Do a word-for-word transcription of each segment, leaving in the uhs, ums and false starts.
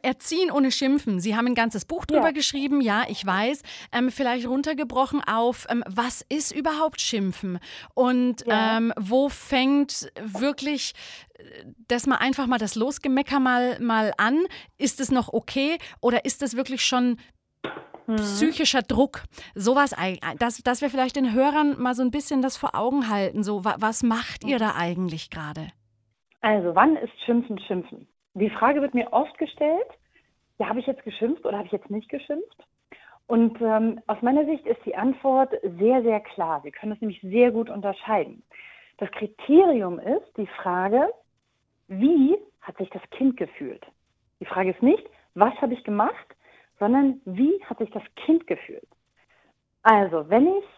Erziehen ohne Schimpfen. Sie haben ein ganzes Buch drüber Ja. geschrieben, ja, ich weiß. Ähm, vielleicht runtergebrochen auf, ähm, was ist überhaupt Schimpfen? Und Ja. ähm, wo fängt wirklich äh, das mal einfach mal das Losgemecker mal, mal an? Ist es noch okay oder ist es wirklich schon Mhm. psychischer Druck? Sowas, eig- dass, dass wir vielleicht den Hörern mal so ein bisschen das vor Augen halten. So, wa- was macht ihr da eigentlich gerade? Also, wann ist Schimpfen Schimpfen? Die Frage wird mir oft gestellt, ja, habe ich jetzt geschimpft oder habe ich jetzt nicht geschimpft? Und ähm, aus meiner Sicht ist die Antwort sehr, sehr klar. Wir können es nämlich sehr gut unterscheiden. Das Kriterium ist die Frage, wie hat sich das Kind gefühlt? Die Frage ist nicht, was habe ich gemacht, sondern wie hat sich das Kind gefühlt? Also, wenn ich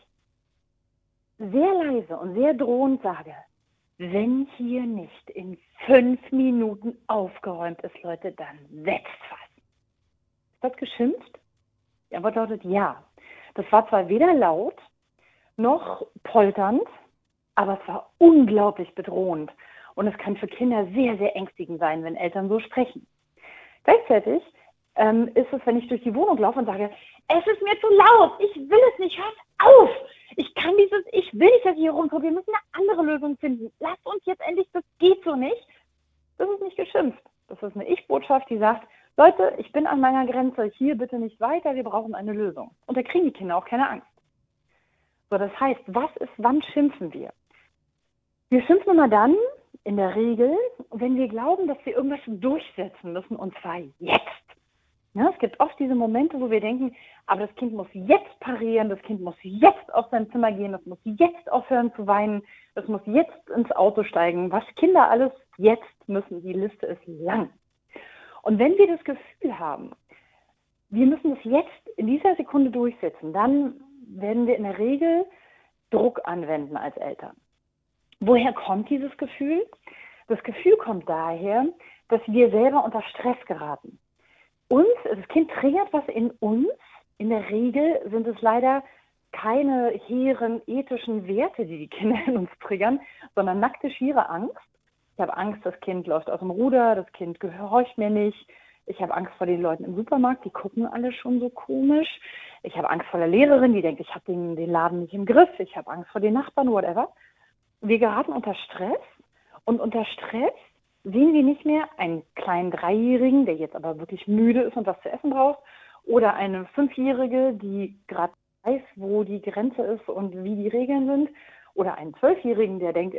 sehr leise und sehr drohend sage, wenn hier nicht in fünf Minuten aufgeräumt ist, Leute, dann setzt was. Ist das geschimpft? Die Antwort lautet ja. Das war zwar weder laut noch polternd, aber es war unglaublich bedrohend. Und es kann für Kinder sehr, sehr ängstigend sein, wenn Eltern so sprechen. Gleichzeitig ähm, ist es, wenn ich durch die Wohnung laufe und sage, es ist mir zu laut, ich will es nicht, hört auf! Ich kann dieses, ich will nicht, dass ich hier rumgucke, wir müssen eine andere Lösung finden. Lasst uns jetzt endlich, das geht so nicht. Das ist nicht geschimpft. Das ist eine Ich-Botschaft, die sagt, Leute, ich bin an meiner Grenze, hier bitte nicht weiter, wir brauchen eine Lösung. Und da kriegen die Kinder auch keine Angst. So, das heißt, was ist, wann schimpfen wir? Wir schimpfen immer dann, in der Regel, wenn wir glauben, dass wir irgendwas durchsetzen müssen, und zwar jetzt. Ja, es gibt oft diese Momente, wo wir denken, aber das Kind muss jetzt parieren, das Kind muss jetzt aus seinem Zimmer gehen, das muss jetzt aufhören zu weinen, das muss jetzt ins Auto steigen. Was Kinder alles jetzt müssen, die Liste ist lang. Und wenn wir das Gefühl haben, wir müssen es jetzt in dieser Sekunde durchsetzen, dann werden wir in der Regel Druck anwenden als Eltern. Woher kommt dieses Gefühl? Das Gefühl kommt daher, dass wir selber unter Stress geraten. Uns, das Kind triggert was in uns. In der Regel sind es leider keine hehren ethischen Werte, die die Kinder in uns triggern, sondern nackte, schiere Angst. Ich habe Angst, das Kind läuft aus dem Ruder, das Kind gehorcht mir nicht. Ich habe Angst vor den Leuten im Supermarkt, die gucken alle schon so komisch. Ich habe Angst vor der Lehrerin, die denkt, ich habe den, den Laden nicht im Griff. Ich habe Angst vor den Nachbarn, whatever. Wir geraten unter Stress und unter Stress sehen wir nicht mehr einen kleinen Dreijährigen, der jetzt aber wirklich müde ist und was zu essen braucht, oder eine Fünfjährige, die gerade weiß, wo die Grenze ist und wie die Regeln sind, oder einen Zwölfjährigen, der denkt,